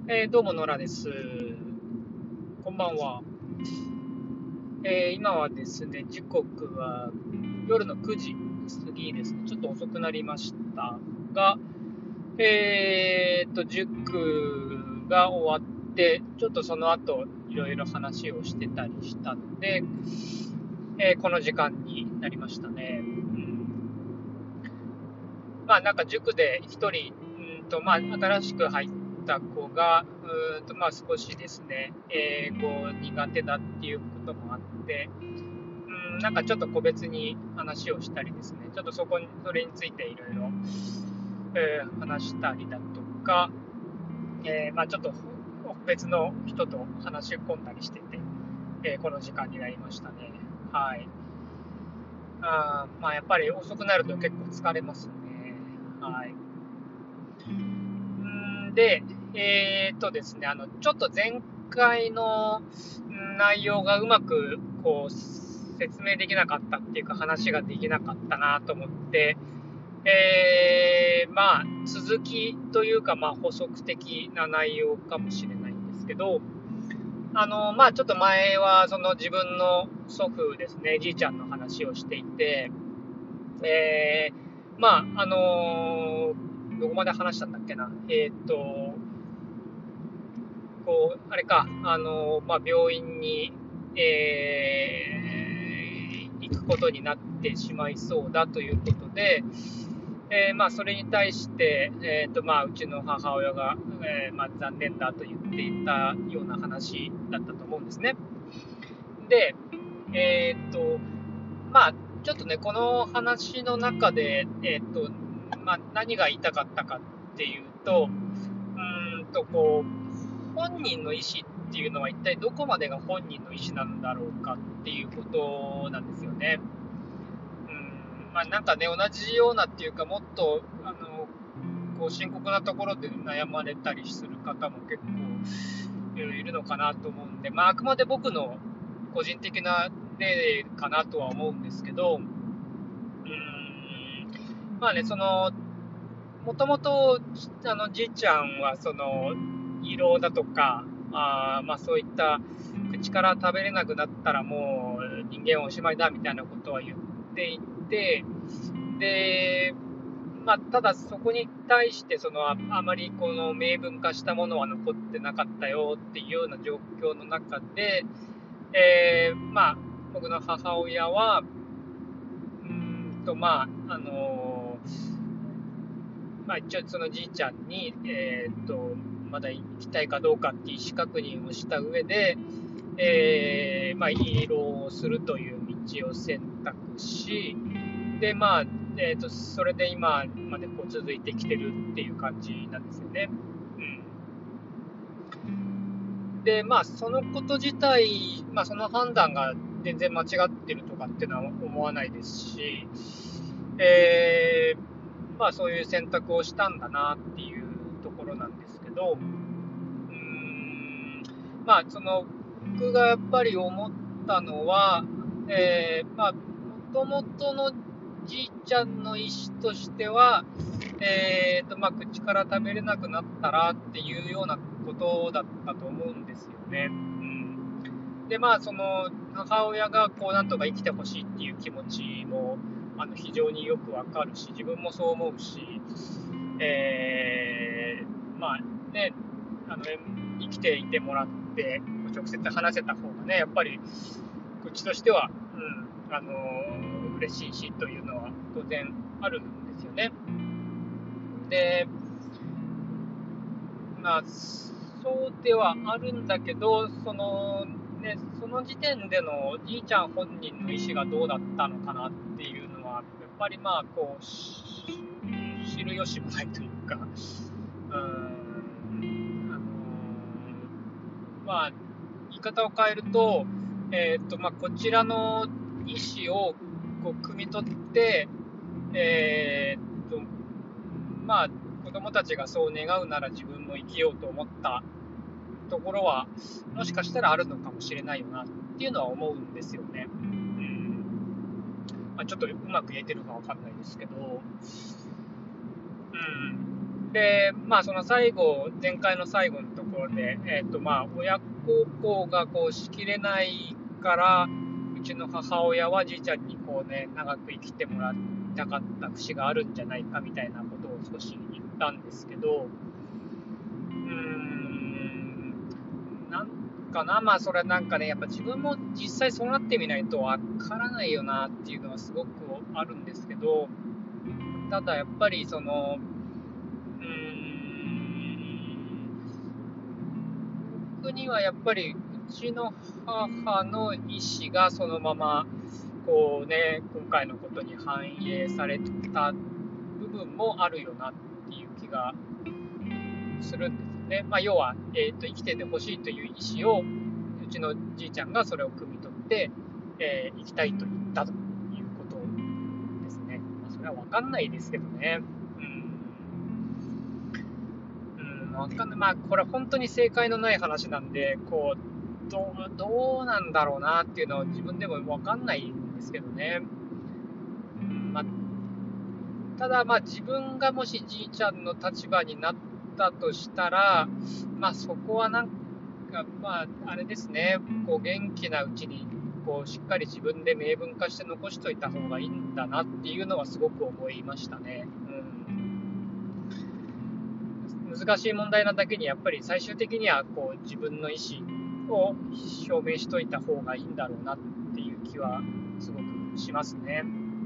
どうも、野良です。こんばんは。今はですね、時刻は夜の9時過ぎですね。ちょっと遅くなりましたが、塾が終わって、ちょっとその後、いろいろ話をしてたりしたので、この時間になりましたね。まあ、なんか塾で一人、新しく入った子が、少しですね、英語苦手だっていうこともあって、なんかちょっと個別に話をしたりですね、ちょっとそれについていろいろ話したりだとか、ちょっと別の人と話し込んだりしてて、この時間になりましたね。はい。やっぱり遅くなると結構疲れますね。はい。で、ですね、ちょっと前回の内容がうまくこう説明できなかったっていうか話ができなかったなと思って、続きというか、補足的な内容かもしれないんですけど、ちょっと前はその自分の祖父ですね、じいちゃんの話をしていて、えー、まあ、あのどこまで話したんだっけな。あれか、病院に、行くことになってしまいそうだということで、それに対して、うちの母親が、残念だと言っていたような話だったと思うんですね。で、えーっと、まあ、ちょっとね、この話の中で、何が言いたかったかっていうと、本人の意思っていうのは一体どこまでが本人の意思なんだろうかっていうことなんですよね。なんかね、同じようなっていうか、もっと、深刻なところで悩まれたりする方も結構いるのかなと思うんで、あくまで僕の個人的な例かなとは思うんですけど、もともと、じいちゃんは、胃ろうだとか、そういった、口から食べれなくなったらもう人間はおしまいだみたいなことは言っていて、で、ただそこに対して、あまりこの明文化したものは残ってなかったよっていうような状況の中で、僕の母親は、一応そのじいちゃんに、まだ行きたいかどうかっていう意思確認をした上で、移動をするという道を選択し、で、それで今までこう続いてきてるっていう感じなんですよね。で、そのこと自体、その判断が全然間違ってるとかっていうのは思わないですし、そういう選択をしたんだなっていうところなんですけど、僕がやっぱり思ったのは、もともとのじいちゃんの意思としては、口から食べれなくなったらっていうようなことだったと思うんですよね。で、母親がこうなんとか生きてほしいっていう気持ちも非常によくわかるし、自分もそう思うし、えーまあね、あの生きていてもらって直接話せた方がね、やっぱりこっちとしては、嬉しいしというのは当然あるんですよね。で、そうではあるんだけど、その時点でのじいちゃん本人の意思がどうだったのかなっていうのは、やっぱり知る由もないというか、言い方を変えると、こちらの意思をこう汲み取って、えーっと、まあ、子供たちがそう願うなら自分も生きようと思ったところは、もしかしたらあるのかもしれないよなっていうのは思うんですよね。ちょっとうまく言えてるかわかんないですけど、で、その前回の最後のところで、親孝行がこうしきれないから、うちの母親はじいちゃんにこうね、長く生きてもらいたかった節があるんじゃないかみたいなことを少し言ったんですけど、なんかな、それなんかね、やっぱ自分も実際そうなってみないとわからないよなっていうのはすごくあるんですけど、ただやっぱり僕にはやっぱりうちの母の意思がそのままこうね、今回のことに反映された部分もあるよなっていう気がするんですよね。要は、生きててほしいという意思をうちのじいちゃんがそれを汲み取って、生きたいと言ったということですね。それは分かんないですけどね。分かんない。これは本当に正解のない話なんで、こうどうなんだろうなっていうのは自分でも分かんないんですけどね。ただ自分がもしじいちゃんの立場になったとしたら、そこはなんかあれですね、こう元気なうちにこうしっかり自分で明文化して残しといた方がいいんだなっていうのはすごく思いましたね。難しい問題なだけにやっぱり最終的にはこう自分の意思を表明しといた方がいいんだろうなっていう気はすごくしますね。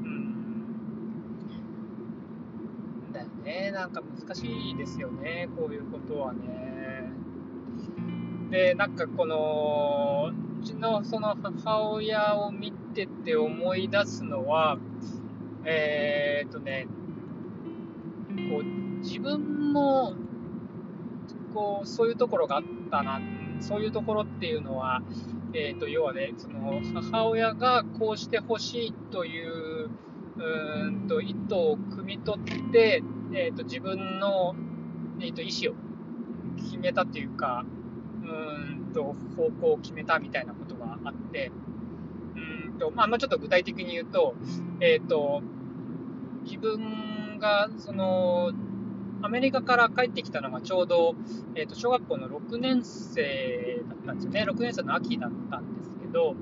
だよね。なんか難しいですよね、こういうことはね。で、なんかこの、うちのその母親を見てて思い出すのは、こう自分もこうそういうところがあったな、そういうところっていうのは、要はね、その母親がこうしてほしいという意図を汲み取って、自分の、意思を決めたというか、方向を決めたみたいなことがあって、ちょっと具体的に言うと、自分がアメリカから帰ってきたのがちょうど、小学校の6年生だったんですよね。6年生の秋だったんですけど、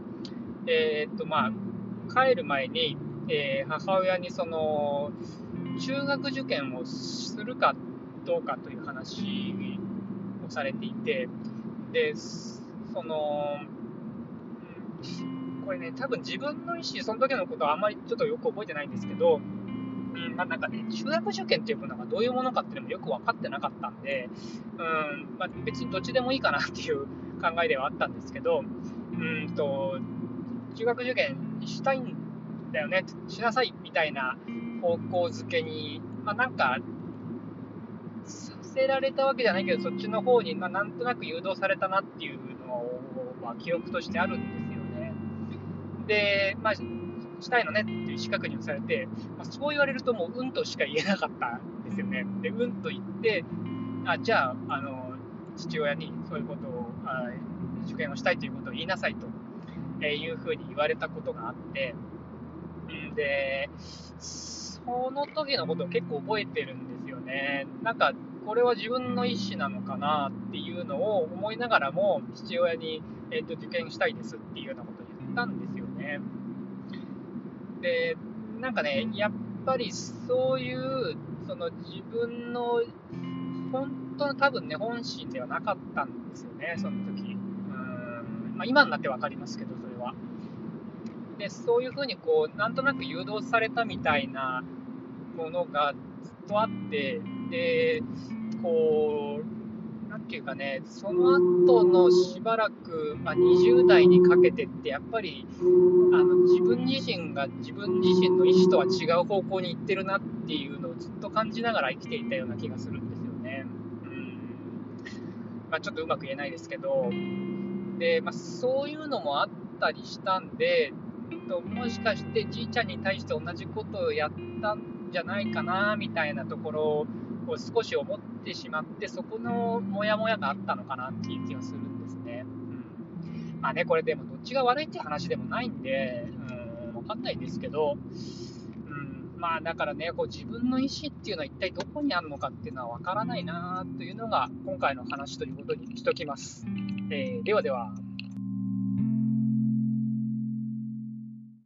帰る前に、母親に中学受験をするかどうかという話をされていて、で、これね、多分自分の意思、その時のことはあんまりちょっとよく覚えてないんですけど、なんかね、中学受験っていうものがどういうものかっていうのもよく分かってなかったんで、別にどっちでもいいかなっていう考えではあったんですけど、中学受験したいんだよね、しなさいみたいな方向づけに、なんか、させられたわけじゃないけど、そっちの方に、なんとなく誘導されたなっていうのは記憶としてあるんですよね。で、したいのねっていう意思確認をされて、そう言われるともううんとしか言えなかったんですよね。で、うんと言って、じゃあ、父親にそういうことを、受験をしたいということを言いなさいというふうに言われたことがあって、で、その時のことを結構覚えてるんですよね。なんか、これは自分の意思なのかなっていうのを思いながらも、父親に、受験したいですっていうようなことを言ったんですよね。で、なんかね、やっぱりそういう、自分の、本当の多分ね、本心ではなかったんですよね、その時。今になってわかりますけど、それは。で、そういうふうになんとなく誘導されたみたいなものがずっとあって、で、なんていうかね、その後のしばらく、20代にかけてって、やっぱり、自分自身が自分自身の意思とは違う方向に行ってるなっていうのをずっと感じながら生きていたような気がするんですよね。ちょっとうまく言えないですけど、で、そういうのもあったりしたんで、もしかしてじいちゃんに対して同じことをやったんじゃないかなみたいなところを少し思ってしまって、そこのモヤモヤがあったのかなっていう気がするんですね。これでもどっちが悪いっていう話でもないんで、わかんないですけど、 だからね、こう自分の意思っていうのは一体どこにあるのかっていうのはわからないなというのが今回の話ということにしときます。ではでは。